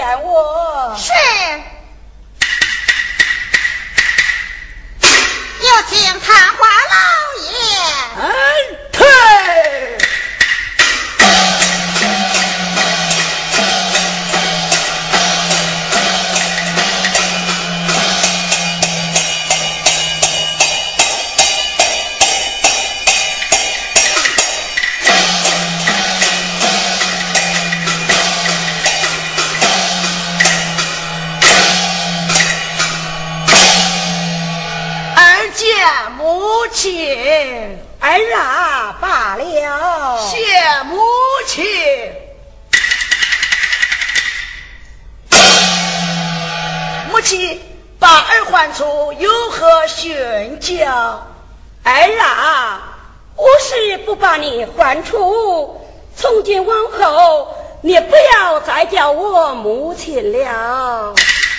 见我。 是。有请探花老爷。 退。母亲，儿啊罢了。谢母亲。母亲把儿唤出，有何训教？儿啊，我是不把你唤出，从今往后你不要再叫我母亲了。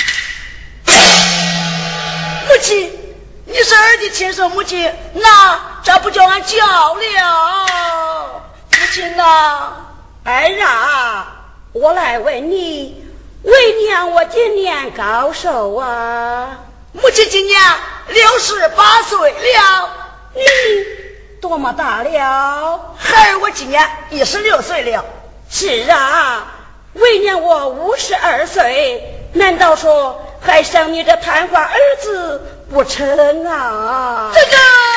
母亲，你是儿的亲生母亲，那这不叫俺叫了。母亲呐，儿啊，我来问你，为娘我今年高寿啊？母亲今年68岁了。你多么大了？孩儿我今年16岁了。是啊，为娘我52岁，难道说还生你这贪花儿子不成啊？这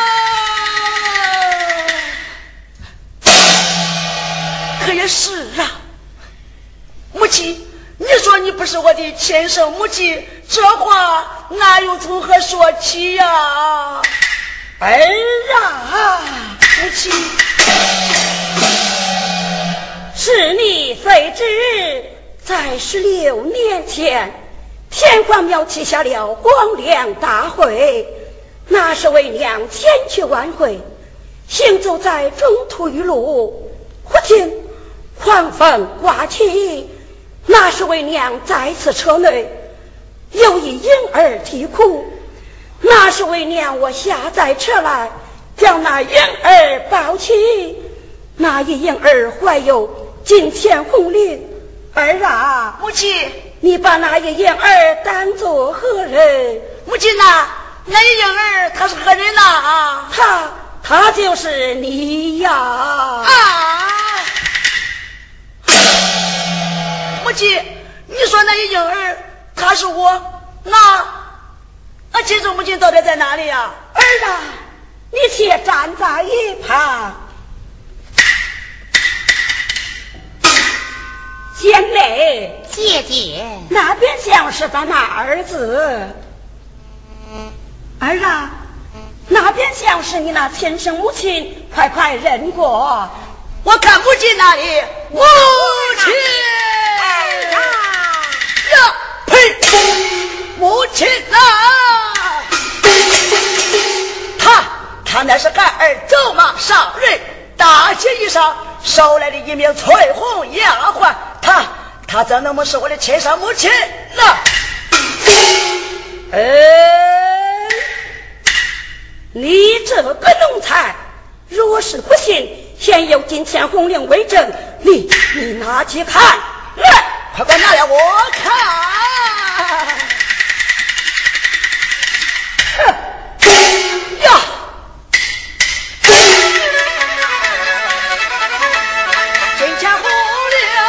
个可也是啊。母亲，你说你不是我的亲生母亲，这话哪又从何说起呀？儿啊，母亲，是你虽知，在16年前天皇庙旗下了光亮大会，那是为娘前去晚会，行走在中途一路，忽听狂风刮起，那是为娘再次车内有一婴儿啼哭，那是为娘我下载车来将那婴儿抱起，那一婴儿怀有金钱红绫。儿啊，母亲，你把那一婴儿当作何人？母亲呐，那一婴儿他是何人呐？他就是你呀！啊！母亲，你说那一婴儿他是我，那亲生母亲到底在哪里呀？儿啊，你且站在一旁。姐妹， 姐姐， 那边像是咱那儿子。儿啊，那边像是你那亲生母亲，快快认过。我看母亲那里，母亲呀，呸！母亲啊，他那是孩儿走马上任，大街衣裳收来的一名翠红丫鬟，他怎能么是我的亲生母亲呢？你这个奴才，若是不信，现有金钱红绫为证，你拿去看来，快快拿来我看。呀！金钱红绫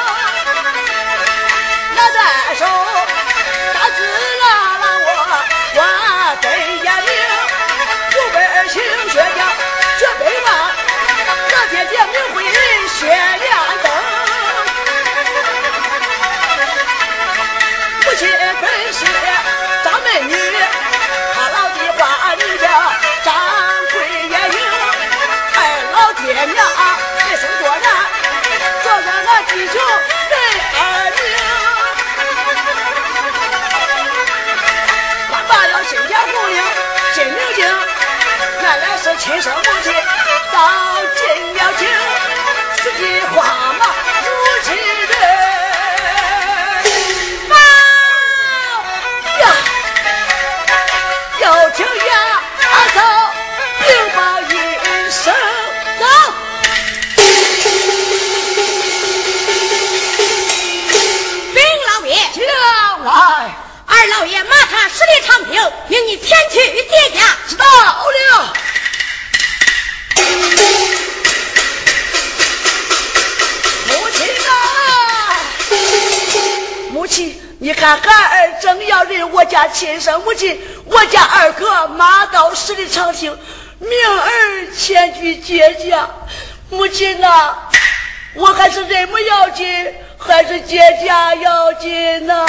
拿在手，大字让我真眼明，有本行学家绝非忘，这天见明会血亮灯，母亲本是张美女，她老的话名叫张桂叶英，二老爹娘一生多难，做上了地球人儿名，他把了新家红绫金明镜，原来是亲生母亲到金了情，此地话嘛母亲人呀，有情呀走并报一声走。 禀老爷， 二老爷马他10里长平，命你前去接驾。 知道了。母亲啊，母亲，你看孩儿正要认我家亲生母亲，我家二哥马到10里长平，命儿前去接驾。母亲啊，我还是认母要紧，还是接驾要紧呐？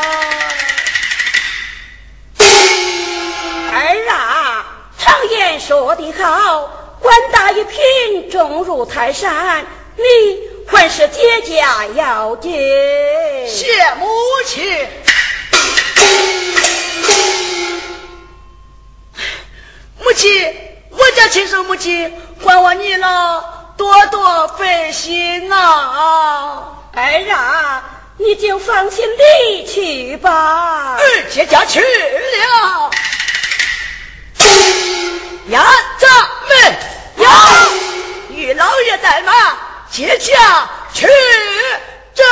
儿啊，常言说得好，官大一品，重如泰山，你还是接驾要紧。 谢母亲。母亲，我家亲生母亲，还望你了，多多费心呐。 儿啊，你就放心离去吧。 儿接驾去了。呀，咱们呀，与老爷带马接驾去这。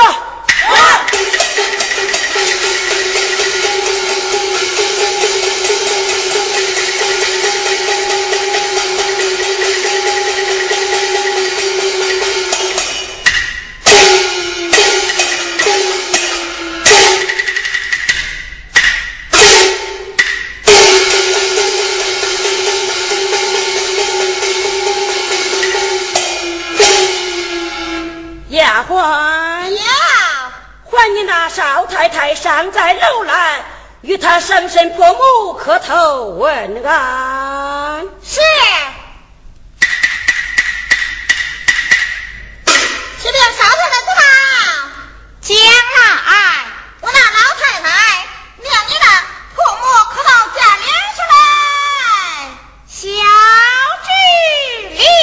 丫鬟呀， 唤你那少太太尚在楼来，与她生身婆母磕头问安。 是。启禀少太太子好。将来，我那老太太命你的婆母磕到家脸上来，小知了。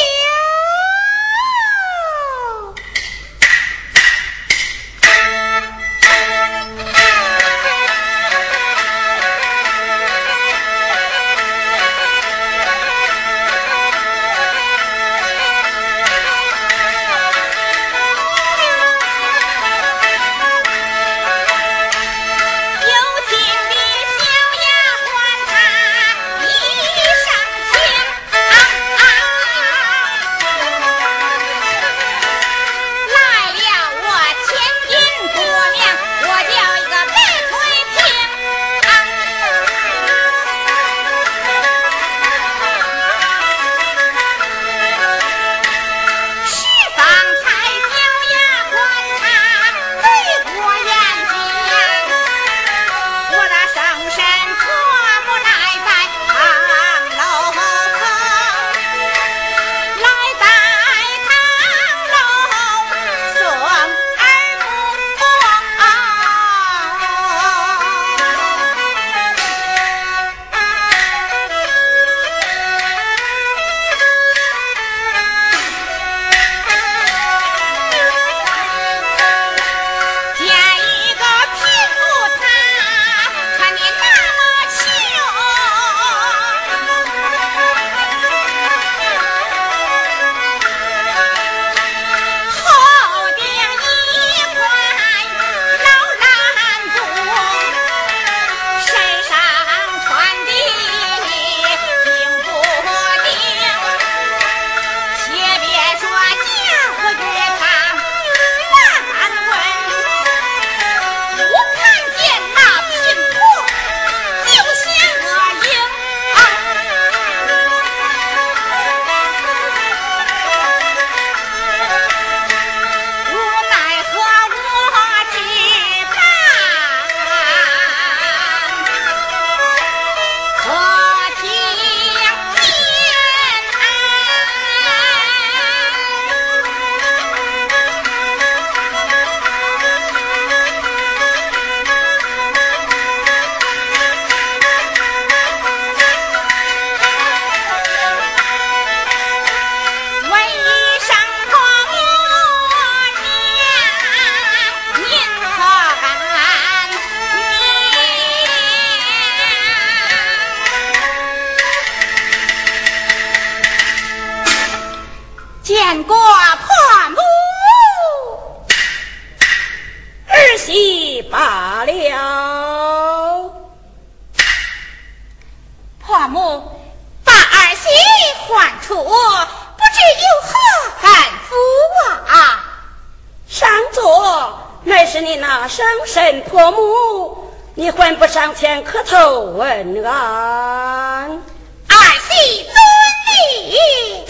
生身婆母，你还不上前磕头问安？ 儿媳遵礼。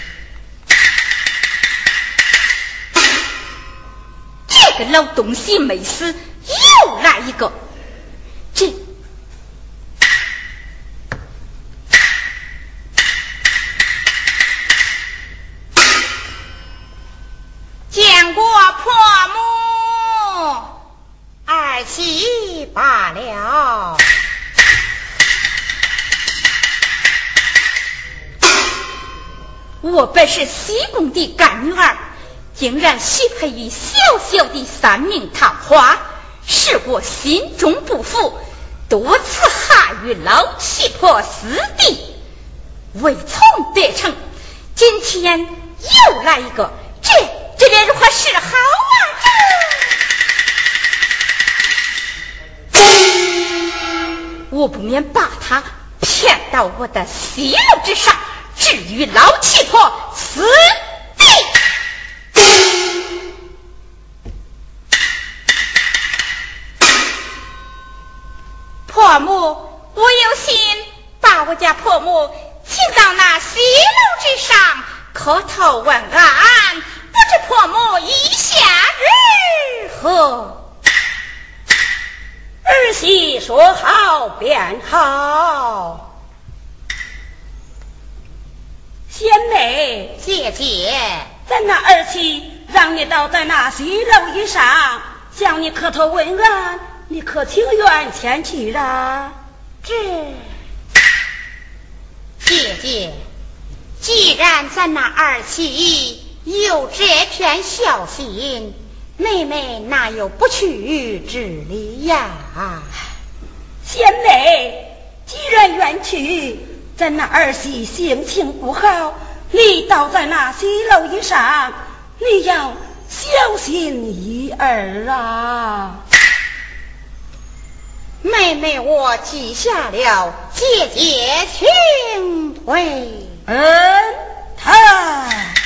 这个老东西没死，又来一个。这见过婆母，儿媳罢了。我本是西宫的干女儿，竟然许配于小小的三名探花，使我心中不服，多次害与老七婆私地，未曾得逞。今天又来一个，这人如何是好啊？我不免把他骗到我的西路之上，至于老七婆死地。婆母，我有心把我家婆母请到那西路之上磕头问安，不知婆母意下如何？ 儿媳说好便好。贤妹， 姐姐， 咱那儿媳让你倒在那西楼以上，向你磕头问安，你可情愿前去啦？ 姐姐，既然咱那儿媳有这片孝心，妹妹哪有不去之理呀？ 贤妹，既然愿去，咱那儿媳性情不好，你倒在那西楼以上，你要小心一儿啊！ 妹妹我记下了，姐姐请退。 他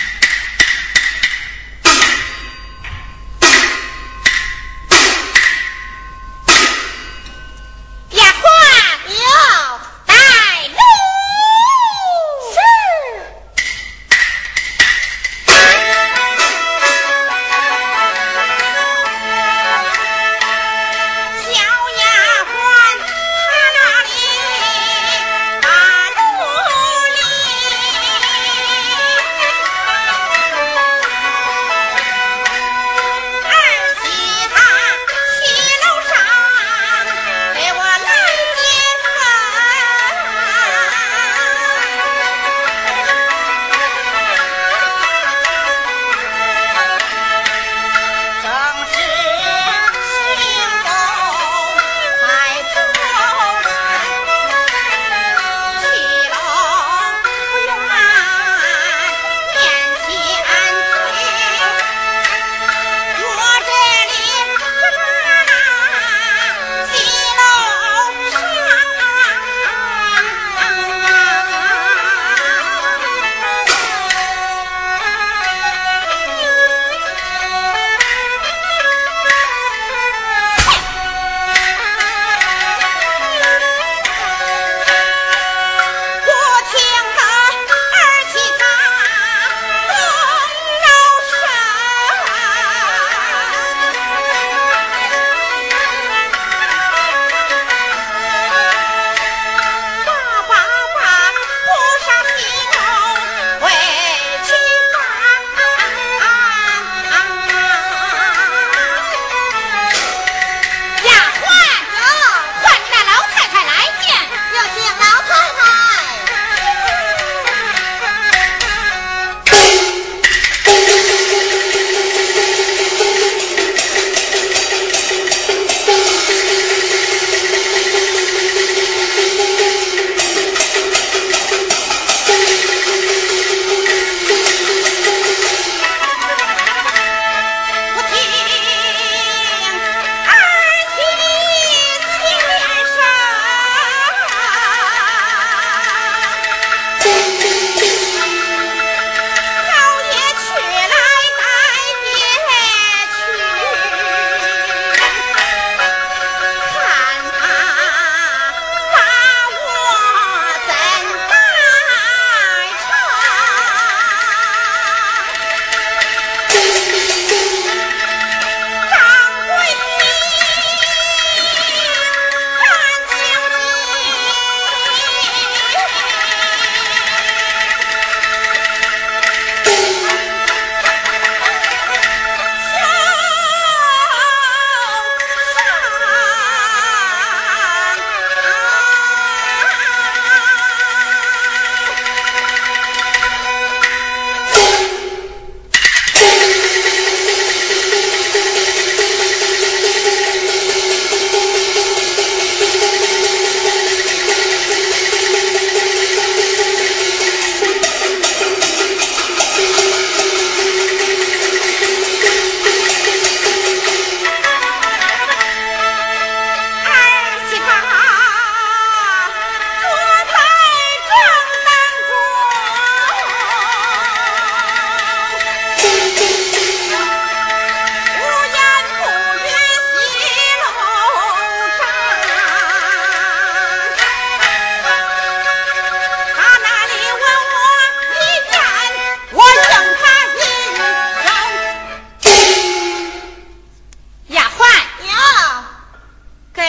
丫鬟有带路。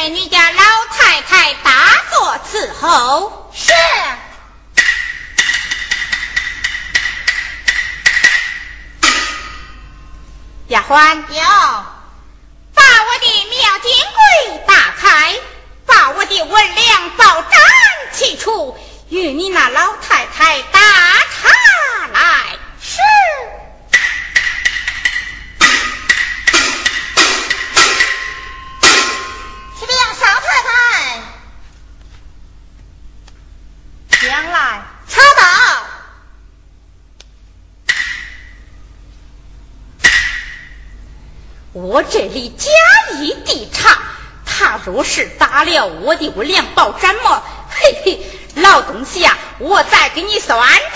美女家老太太大作伺候。 是。 丫鬟， 有。 把我的妙金柜打开，把我的文粮宝盏起出，与你那老太太打茶来。 是。启禀少太太， 将来茶到。 我这里假意地茶，他若是打了我的文粮宝盏么，嘿嘿，老东西啊，我再给你算账。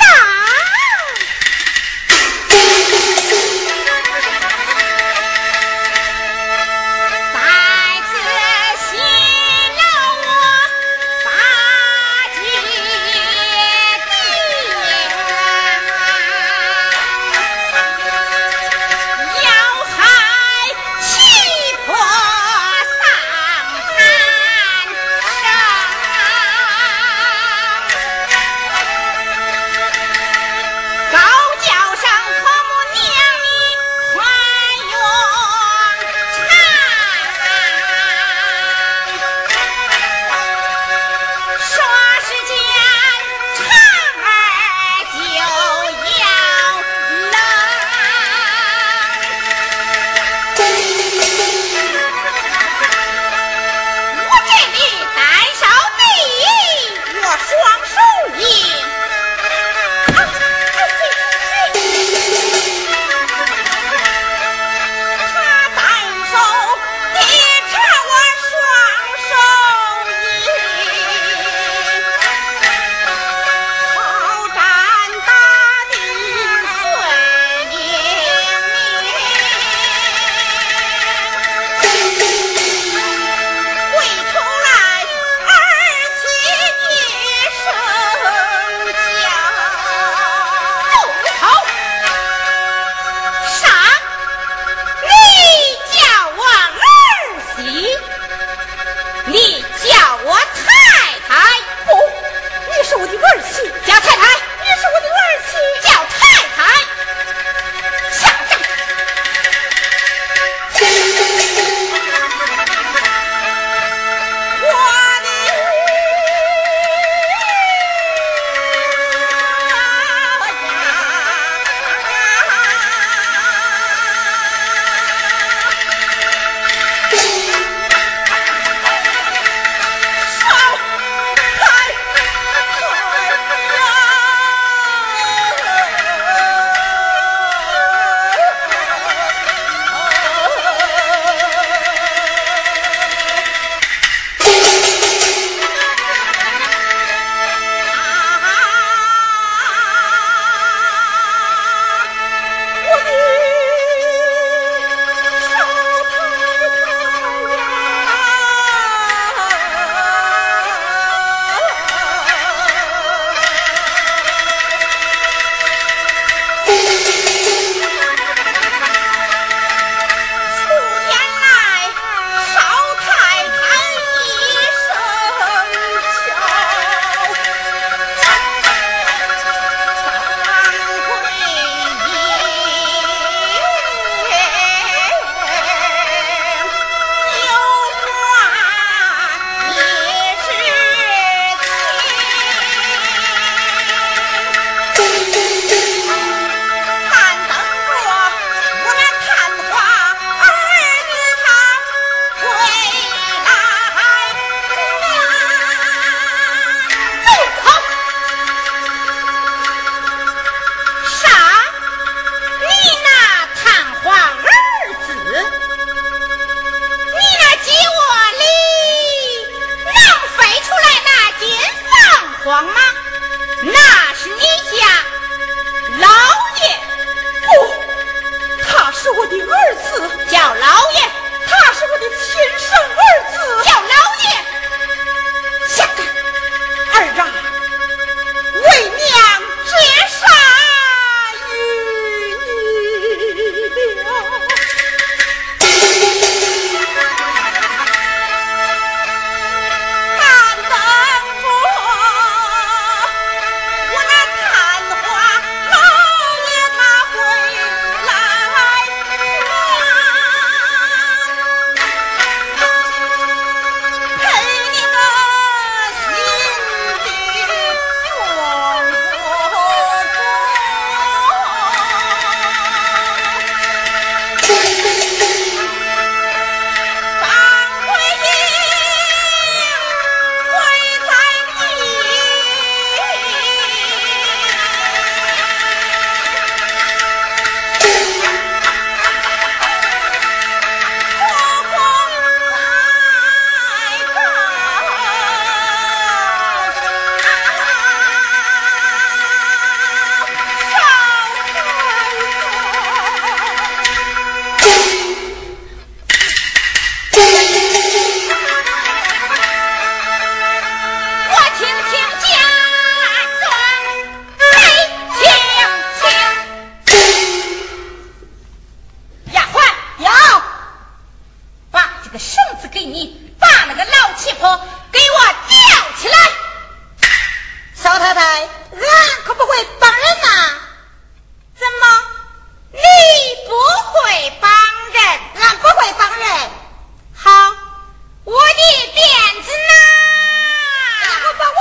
气魄，给我吊起来！ 少太太，俺可不会帮人呐。 怎么？你不会帮人？ 俺不会帮人。 好，我的鞭子呢？ 我帮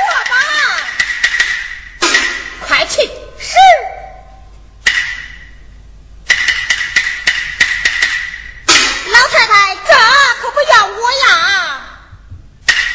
快去！ 是。老太太，这可不要我呀！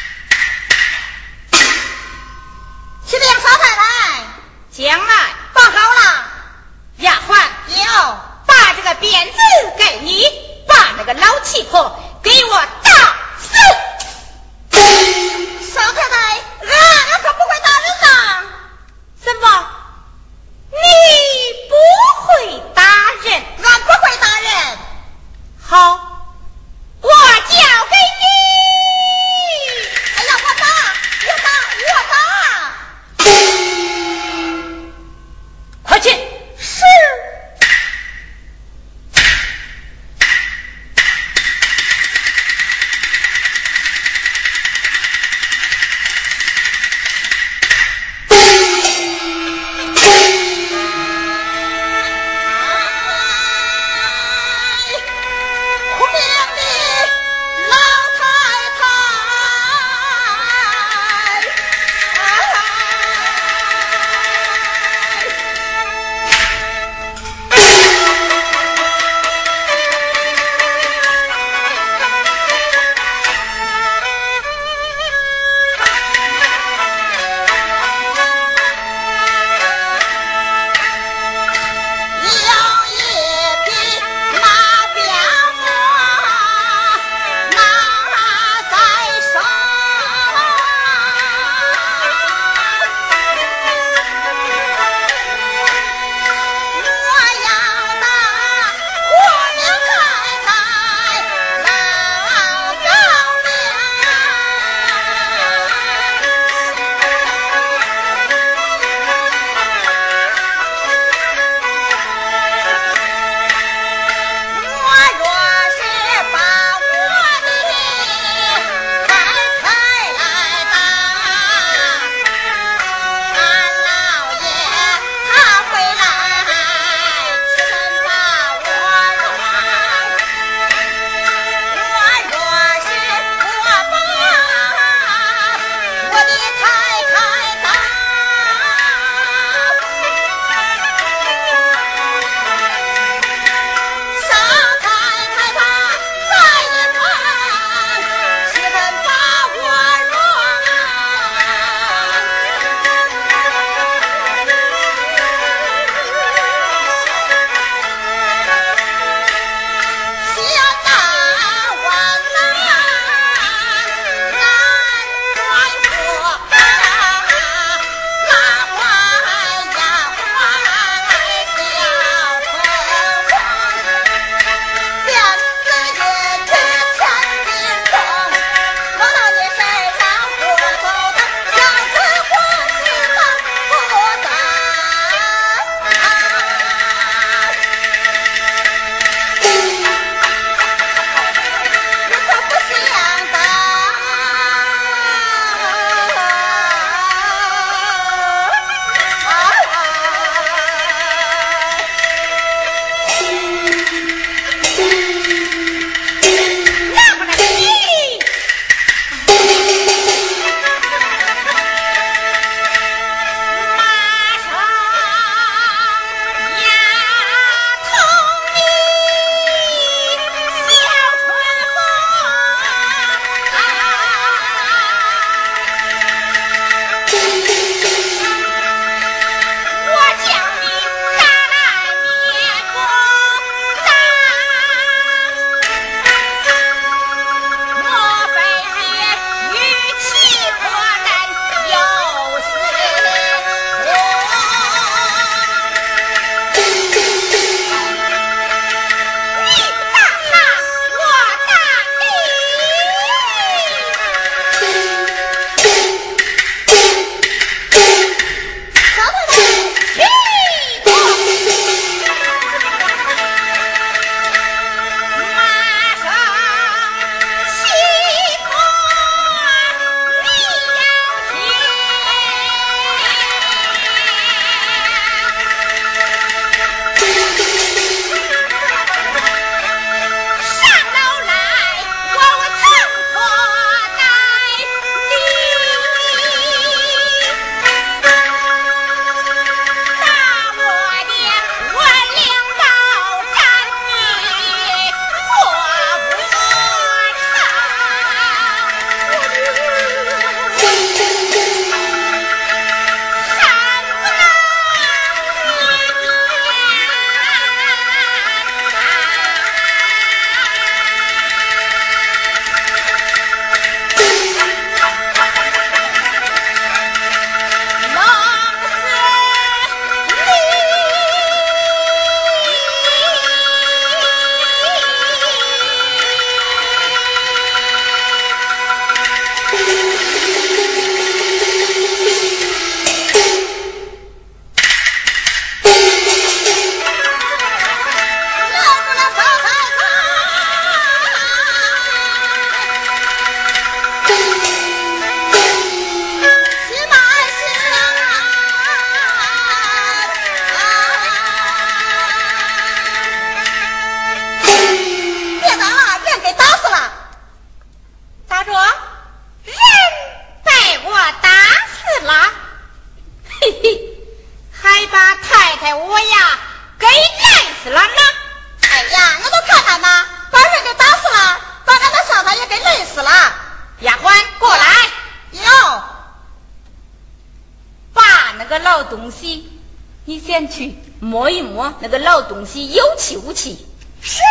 老东西，你先去摸一摸那个老东西有气无气。 是。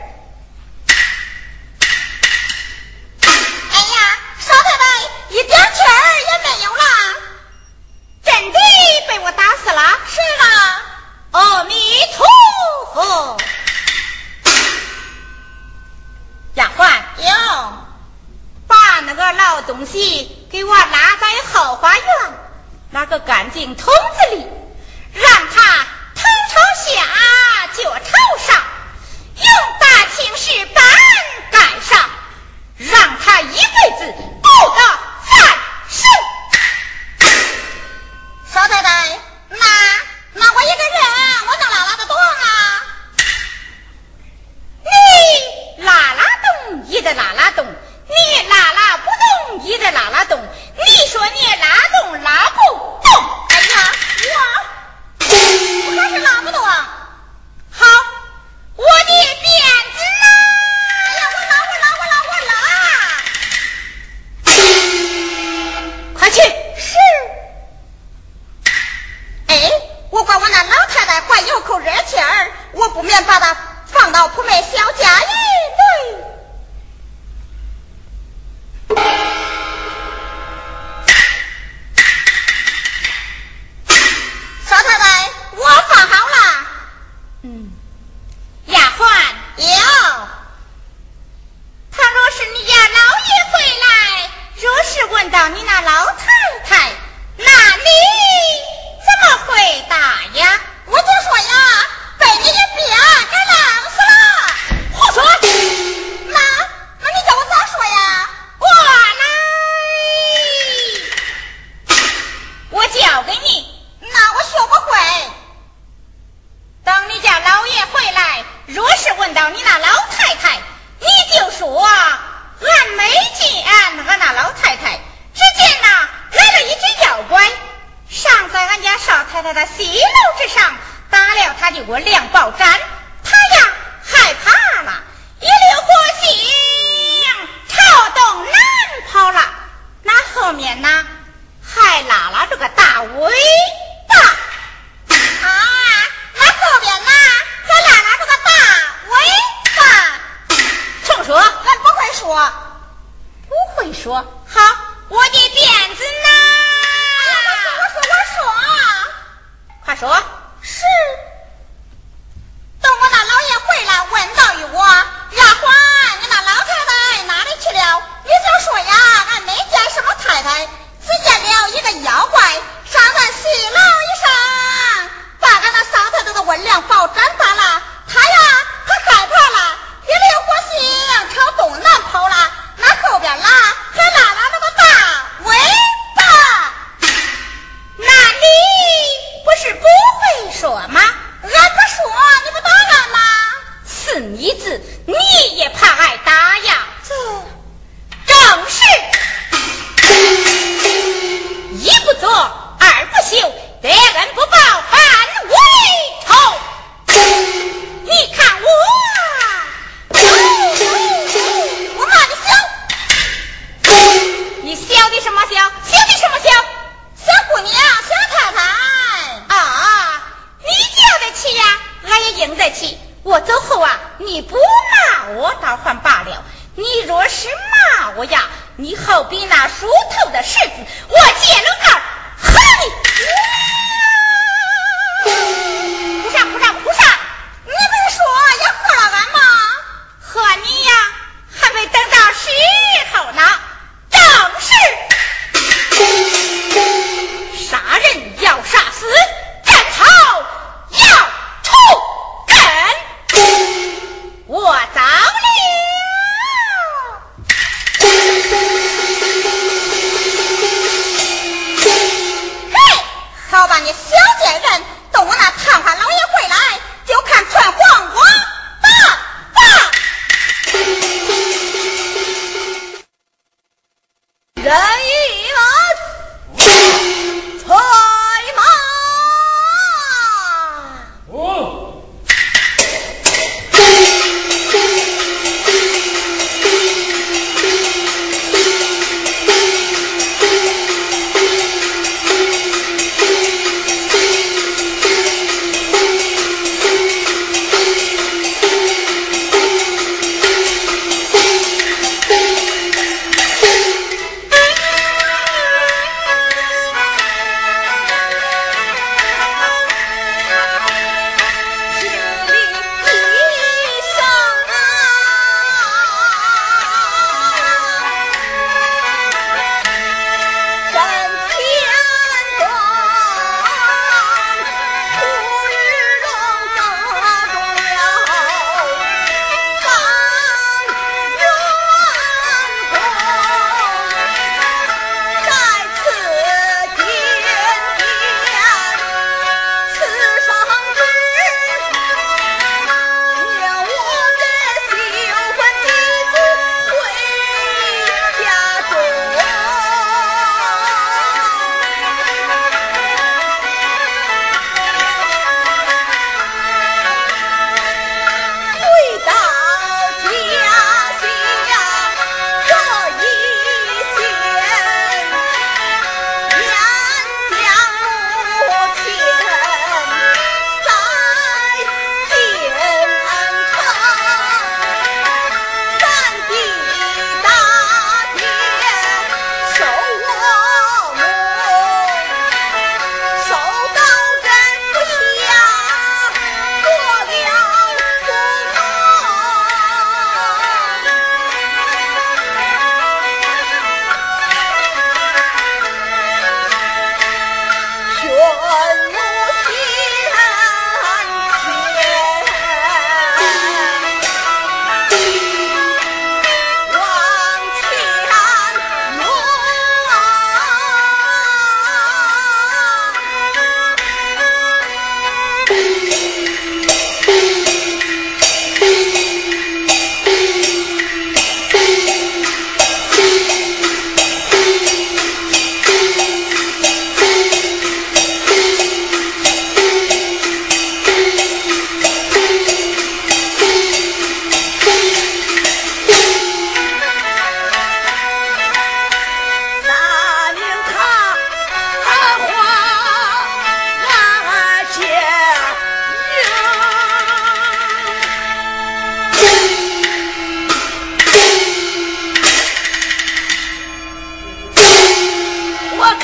哎呀，少太太一点气儿也没有了， 真的被我打死了。 是啦， 阿弥陀佛。丫鬟有， 把那个老东西给我拉在后花园那个干净桶子里，让他头朝下脚朝上，用大青石板盖上，让他一辈子不得翻身。 少太太，那我一个人我能拉得动啊？ 你拉动也得拉动，你拉不动也得拉动，你说你拉动拉不动？ 哎呀，我还是拉不动。 好，我的鞭子呢？ 哎呀，我拉。 快去。 是。哎，我管我那老太太怀有口热气儿，我不免把她放到铺妹小家里。对。少太太，我放好了。 丫鬟有。 倘若是你家老爷回来，若是问到你那老太太，那你怎么回答呀？ 我就说呀，被你一鞭给冷死了。 胡说！ 那你叫我咋说呀？ 过来，我教给你。 那我学不会。 等你家老爷回来，若是问到你那老太太，你就说俺没见俺那老太太，只见来了一只妖怪，上在俺家少太太的西楼之上，打了他的窝两宝盏，他呀害怕了，一溜火星朝东南跑了，那后面呢还拉了这个大尾巴啊，那后边呢还拉了这个大尾巴。 重说。 俺不会说。 不会说。好，我的鞭子呢？ 我说。 快说。 是。等我那老爷回来问到于我，丫鬟，你那老太太哪里去了？你就说呀，俺没见什么太太，只见了一个妖怪上咱西楼以上，把俺那少太太的温良宝盏打了，他害怕了，一溜火星朝东南跑了，那后边还拉了那个大尾巴。 那你不是不会说吗？ 俺不说，你不打俺吗？ 此妮子，你也怕挨打呀？正是，一不做二不休，得恩不报反为仇。你看我骂你小， 你小的什么小？小的什么小？ 小姑娘，小太太啊，你叫得起呀，俺也应得起。我走后你不骂我倒还罢了，你若是骂我呀，你好比那梳头的柿子，我揭了盖喝你！扑上！ 你没说也喝了俺吗？ 喝你呀，还没等到时候呢。正是，杀人要杀死，斩草要除根。我早了。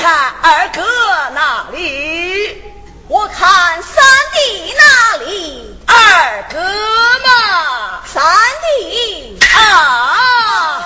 看二哥哪里？ 我看三弟哪里？ 二哥嘛， 三弟啊！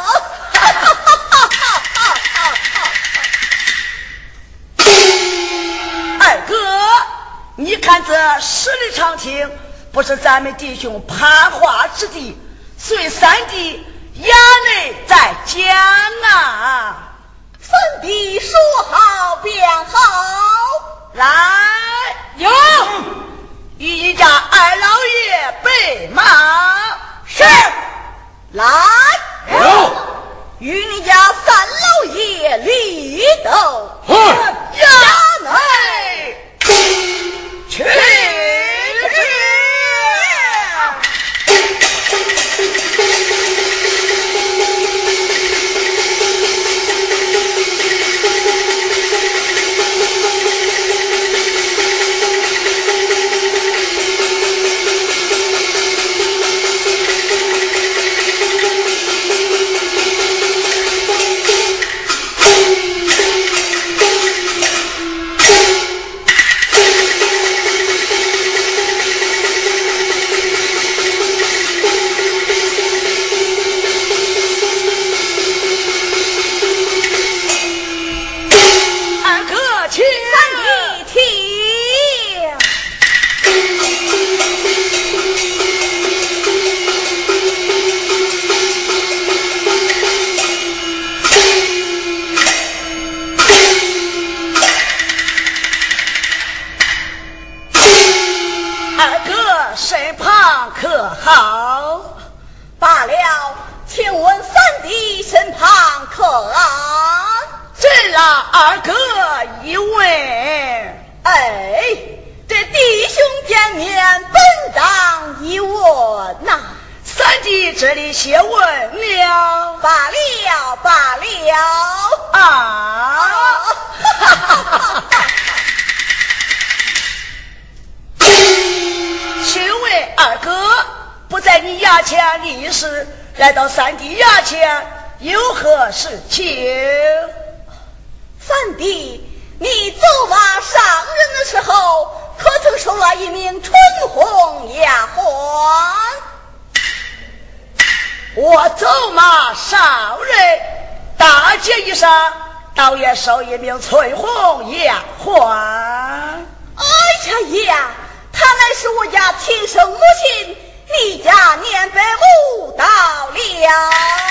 二哥，你看这十里长亭，不是咱们弟兄攀花之地，随三弟衙内在讲啊。 三弟说好便好， 来，有与你家二老爷备马。 是。来， 有与你家三老爷立斗。 衙内去。身旁可好？ 罢了，请问三弟身旁可安？ 真让二哥一问。 哎，这弟兄见面本当一问呐。 三弟这里先问了。 罢了罢了啊！请问二哥，不在你衙前立誓，来到三弟衙前有何事情？ 三弟，你走马上任的时候，可曾收了一名春红丫鬟？ 我走马上任，大街一上，倒也收一名春红丫鬟。 哎呀，她乃是我家亲生母亲，你家年百母到了。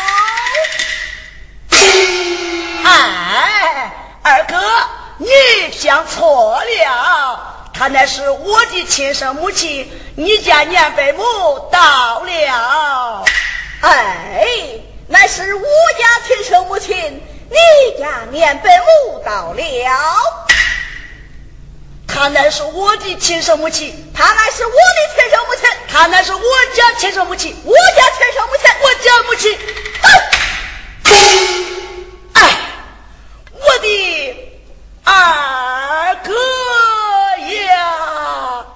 哎，二哥，你想错了，她乃是我的亲生母亲，你家年百母到了。 哎，乃是我家亲生母亲，你家年百母到了。 她乃是我的亲生母亲， 她乃是我的亲生母亲， 她乃是我家亲生母亲， 我家亲生母亲， 我家母亲。哎，我的二哥呀！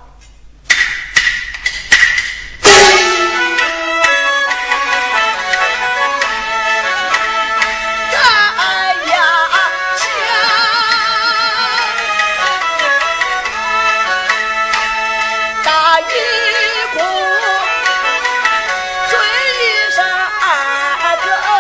一股嘴上二哥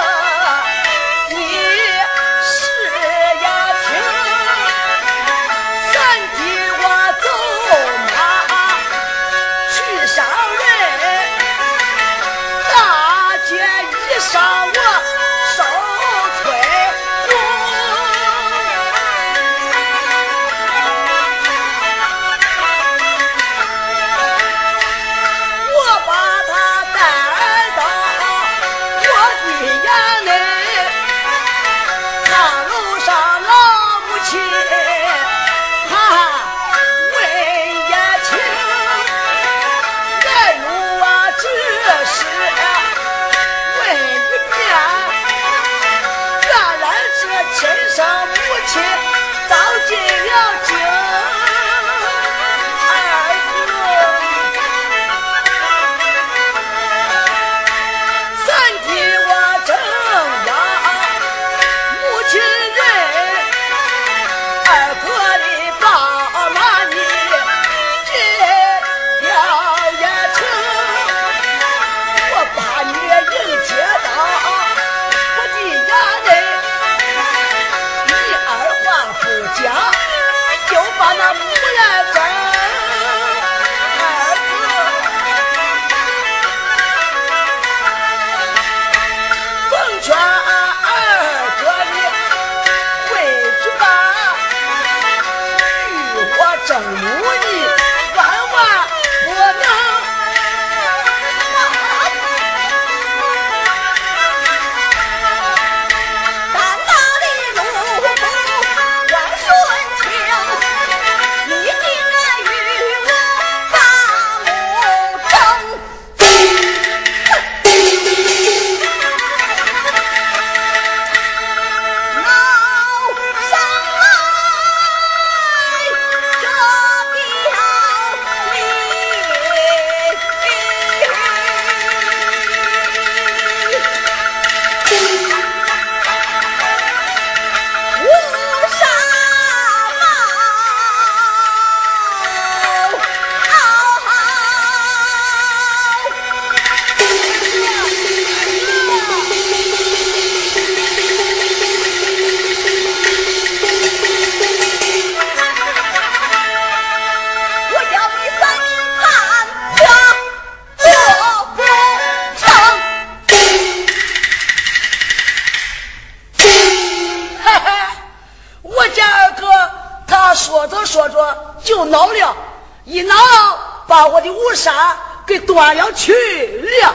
说着说着就恼了，一恼把我的乌纱给端了去了。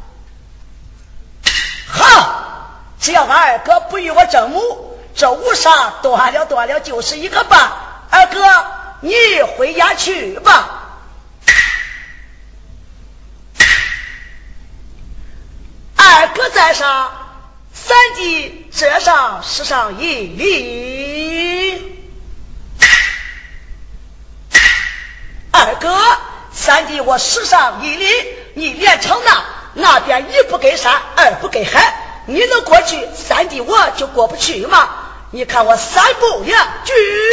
好，只要俺二哥不与我争母，这乌纱端了就是一个半。二哥，你回家去吧。二哥在上，三弟这上施上一礼。二哥，三弟我施上一礼，你连城那边一不给山，二不给海，你能过去，三弟我就过不去吗？你看我三步两举，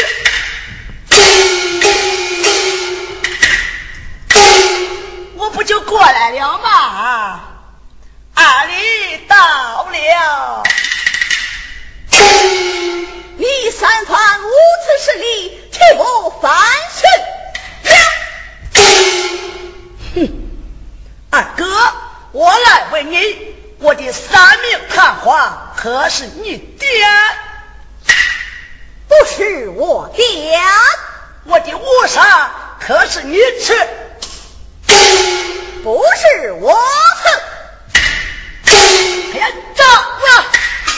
我不就过来了吗？二里到了， 你三番五次施礼，替我翻身了。 哼，二哥，我来问你，我的三名探花可是你点？ 不是我点。 我的乌纱可是你吃？ 不是我吃。 哎呀，长了！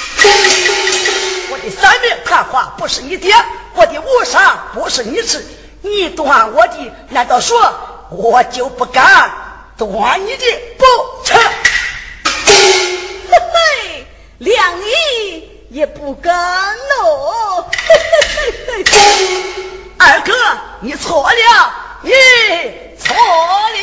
我的三名探花不是你点，我的乌纱不是你吃，你端我的，难道说我就不敢端你的不成？ 嘿嘿，谅你也不敢喽。 二哥，你错了，你错了。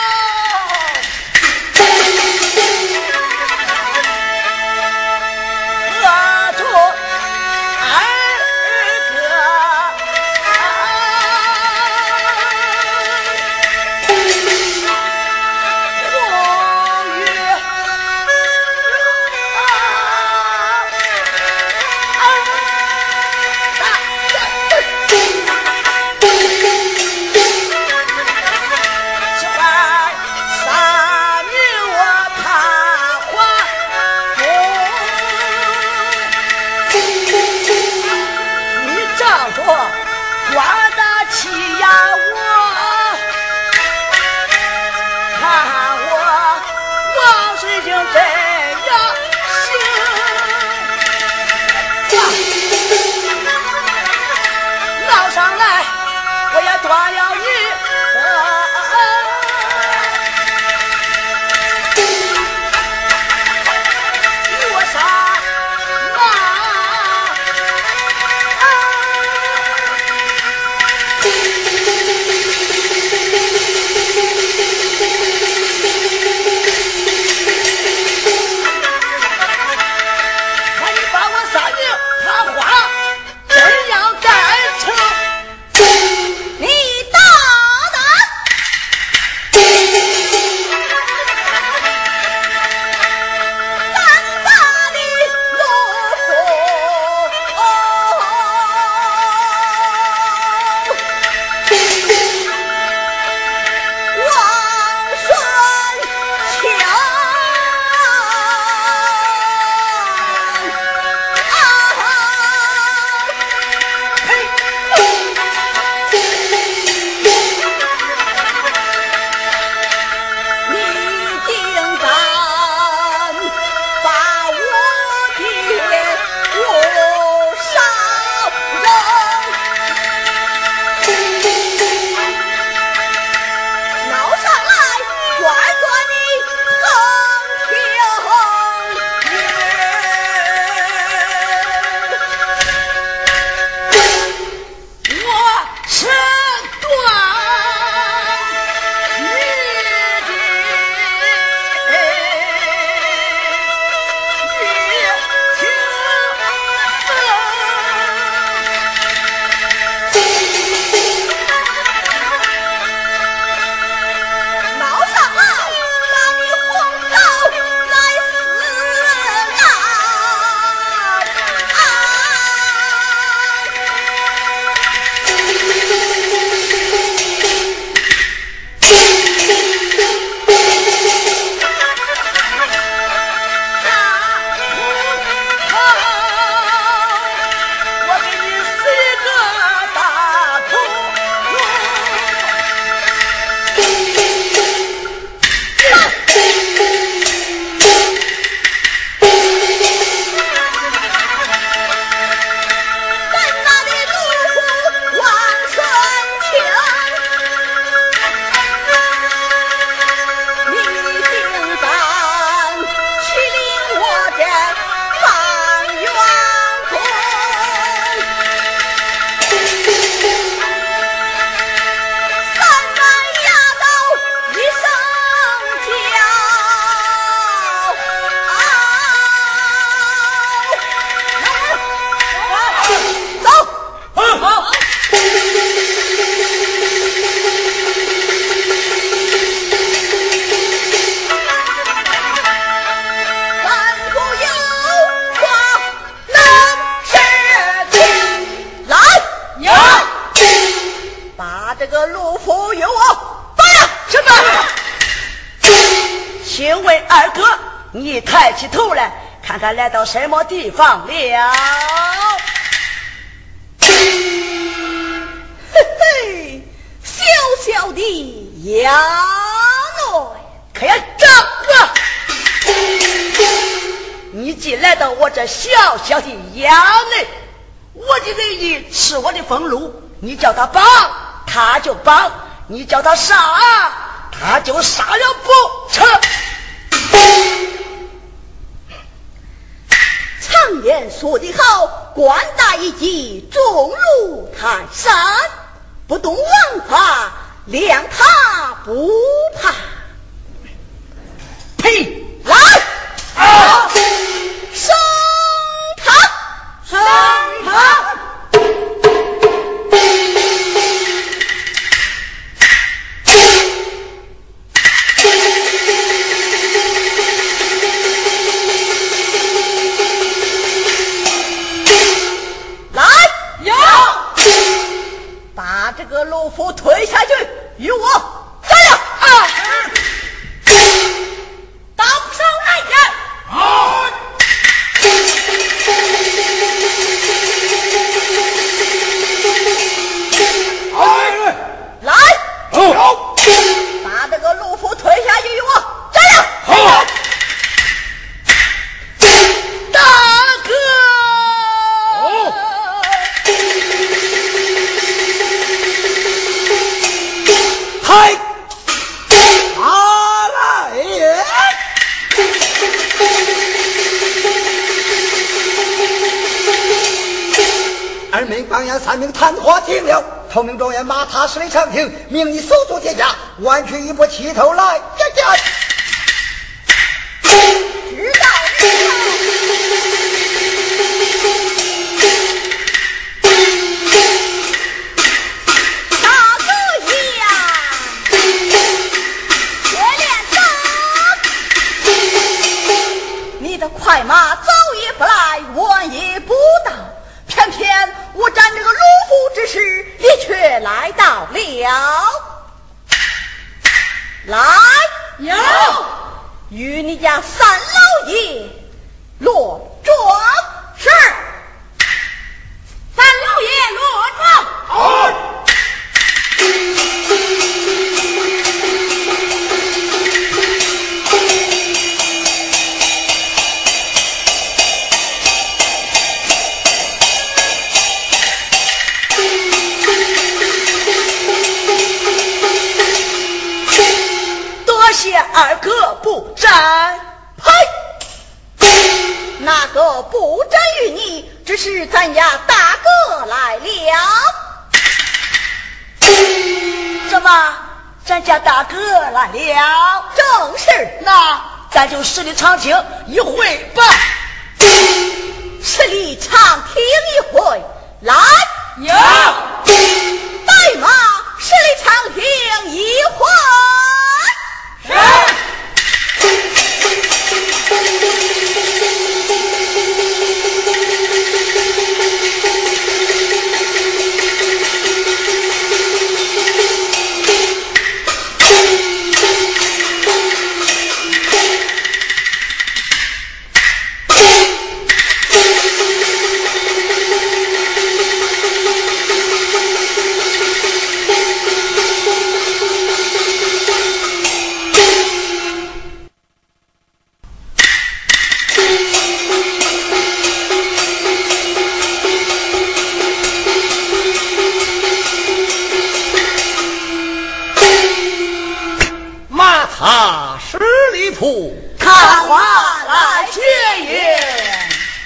我做二刮大气呀我，看我王水晶这样行，闹上来我也断了你我杀你打你抬起头来，看看来到什么地方了。 嘿嘿，小小的衙内， 可要长啊！你既来到我这小小的衙内，我就给你吃我的俸禄，你叫他帮他就帮，你叫他杀他就杀了不成。 常言说得好，官大一级，重如泰山，不懂王法，谅他不怕。 呸！ 来啊！升堂， 升堂。 把这个陆夫推下去，与我加油啊！刀手来见。 好。 来。 好。 把这个陆夫推下去，与我加油。 好。 大哥。 嗨，拿来也！二名榜样，三名谈话停了。头名状元马踏十里长亭，命你守住铁甲，弯曲一拨齐头来，加加。 知道知道。快马早也不来，晚也不到，偏偏我占这个卢夫之时，你却来到了。来， 有与你家三老爷落庄。 是，三老爷落庄。 好。 谢二哥不沾， 呸！那个不沾于你，只是咱家大哥来了。 什么？咱家大哥来了？ 正是。 那咱就十里长亭一回吧。 十里长亭一回，来有带马，十里长亭一回。 看话来学也。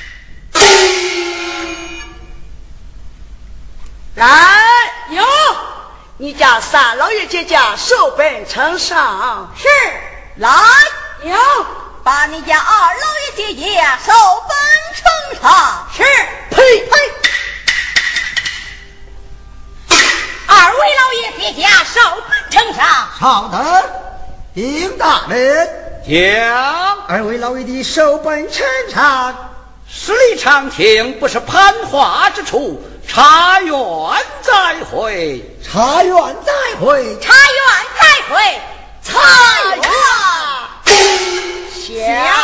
来，有你家三老爷姐家手本呈上。 是。来， 有把你家二老爷姐家手本呈上。 是。呸呸！ 二位老爷姐家手本呈上。 好的。丁大人讲， 二位老爷的手本呈上。 十里长亭不是攀花之处，茶园再会， 茶园再会， 茶园再会，茶园下。